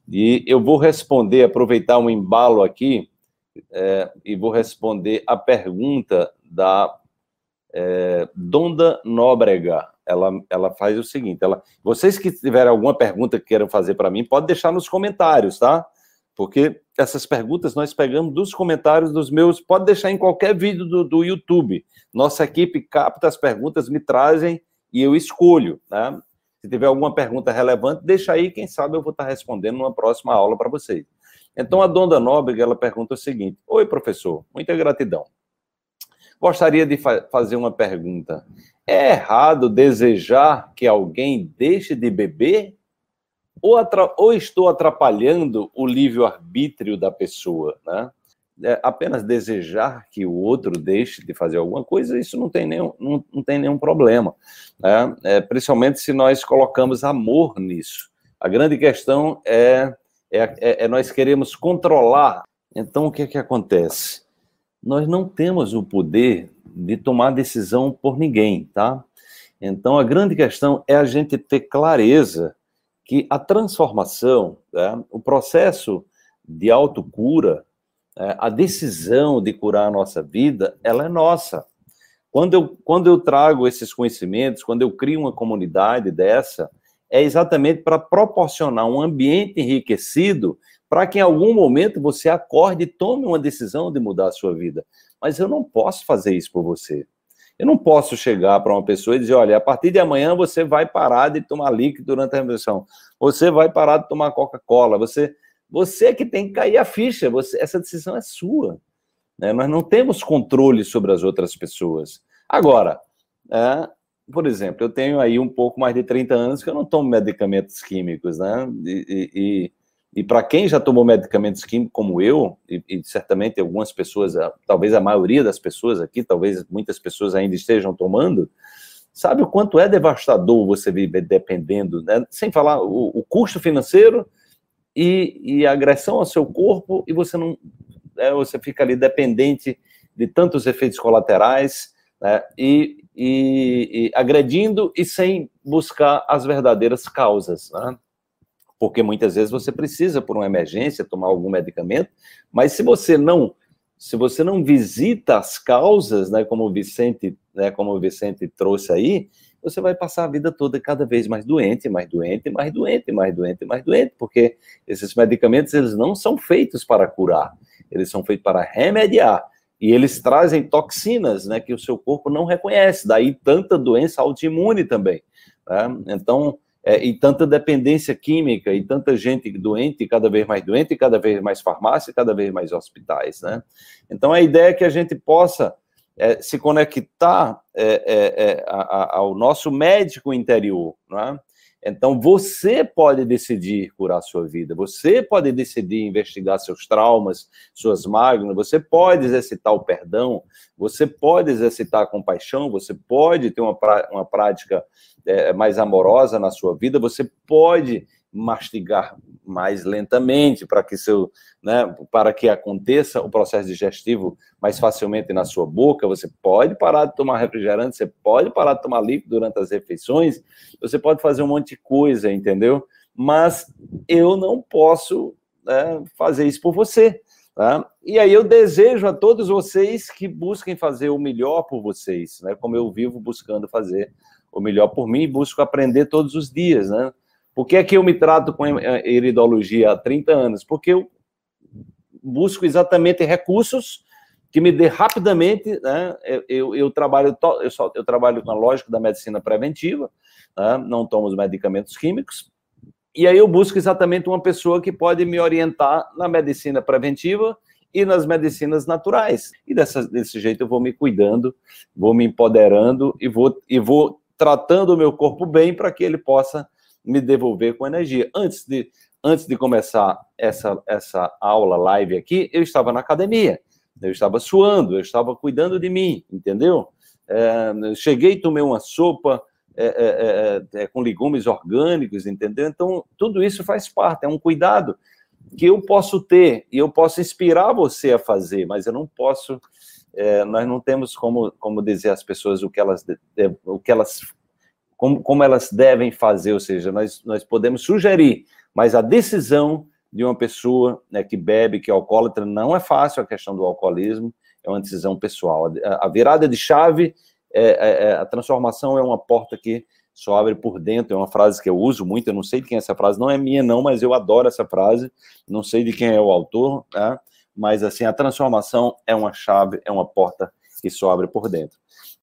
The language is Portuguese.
E eu vou responder, aproveitar um embalo aqui, e vou responder a pergunta da Donda Nóbrega. Ela faz o seguinte, vocês que tiverem alguma pergunta que queiram fazer para mim, pode deixar nos comentários, tá? Porque essas perguntas nós pegamos dos comentários dos meus, pode deixar em qualquer vídeo do YouTube. Nossa equipe capta as perguntas, me trazem e eu escolho, né? Se tiver alguma pergunta relevante, deixa aí, quem sabe eu vou estar respondendo numa próxima aula para vocês. Então, a Donda Nóbrega, ela pergunta o seguinte: oi, professor, muita gratidão. Gostaria de fazer uma pergunta. É errado desejar que alguém deixe de beber? Ou estou atrapalhando o livre-arbítrio da pessoa, né? Apenas desejar que o outro deixe de fazer alguma coisa, isso não tem nenhum problema, né? Principalmente se nós colocamos amor nisso. A grande questão é nós queremos controlar. Então, o que é que acontece? Nós não temos o poder de tomar decisão por ninguém, tá? Então, a grande questão é a gente ter clareza que a transformação, né, o processo de autocura, a decisão de curar a nossa vida, ela é nossa. Quando eu trago esses conhecimentos, quando eu crio uma comunidade dessa, é exatamente para proporcionar um ambiente enriquecido para que em algum momento você acorde e tome uma decisão de mudar a sua vida. Mas eu não posso fazer isso por você. Eu não posso chegar para uma pessoa e dizer, olha, a partir de amanhã você vai parar de tomar líquido durante a refeição. Você vai parar de tomar Coca-Cola. Você é que tem que cair a ficha. Essa decisão é sua, né? Nós não temos controle sobre as outras pessoas. Agora, por exemplo, eu tenho aí um pouco mais de 30 anos que eu não tomo medicamentos químicos, né? E para quem já tomou medicamentos químicos como eu, e certamente algumas pessoas, talvez a maioria das pessoas aqui, talvez muitas pessoas ainda estejam tomando, sabe o quanto é devastador você viver dependendo, né? Sem falar o custo financeiro e a agressão ao seu corpo, e você não, você fica ali dependente de tantos efeitos colaterais, né? E agredindo e sem buscar as verdadeiras causas, né? Porque muitas vezes você precisa, por uma emergência, tomar algum medicamento, mas se você não visita as causas, né, como o Vicente trouxe aí, você vai passar a vida toda cada vez mais doente, porque esses medicamentos, eles não são feitos para curar, eles são feitos para remediar, e eles trazem toxinas, né, que o seu corpo não reconhece, daí tanta doença autoimune também, né? Então, e tanta dependência química, e tanta gente doente, cada vez mais farmácia, cada vez mais hospitais, né? Então, a ideia é que a gente possa se conectar ao nosso médico interior, né? Então, você pode decidir curar a sua vida, você pode decidir investigar seus traumas, suas mágoas, você pode exercitar o perdão, você pode exercitar a compaixão, você pode ter uma prática mais amorosa na sua vida, você pode mastigar mais lentamente para que aconteça o processo digestivo mais facilmente na sua boca, você pode parar de tomar refrigerante, você pode parar de tomar líquido durante as refeições, você pode fazer um monte de coisa, entendeu? Mas eu não posso fazer isso por você, tá? E aí eu desejo a todos vocês que busquem fazer o melhor por vocês, né? Como eu vivo buscando fazer o melhor por mim e busco aprender todos os dias, né? Por que é que eu me trato com iridologia há 30 anos? Porque eu busco exatamente recursos que me dê rapidamente, né? Eu trabalho com a lógica da medicina preventiva, né? Não tomo os medicamentos químicos, e aí eu busco exatamente uma pessoa que pode me orientar na medicina preventiva e nas medicinas naturais. E desse jeito eu vou me cuidando, vou me empoderando e vou tratando o meu corpo bem para que ele possa me devolver com energia. Antes de começar essa aula live aqui, eu estava na academia, eu estava suando, eu estava cuidando de mim, entendeu? Eu cheguei e tomei uma sopa com legumes orgânicos, entendeu? Então, tudo isso faz parte, é um cuidado que eu posso ter, e eu posso inspirar você a fazer, mas eu não posso, nós não temos como dizer às pessoas como elas devem fazer, ou seja, nós podemos sugerir, mas a decisão de uma pessoa, né, que bebe, que é alcoólatra. Não é fácil a questão do alcoolismo, é uma decisão pessoal. A virada de chave, a transformação é uma porta que só abre por dentro. É uma frase que eu uso muito, eu não sei de quem é essa frase, não é minha não, mas eu adoro essa frase, não sei de quem é o autor, tá? Mas assim, a transformação é uma chave, é uma porta que só abre por dentro.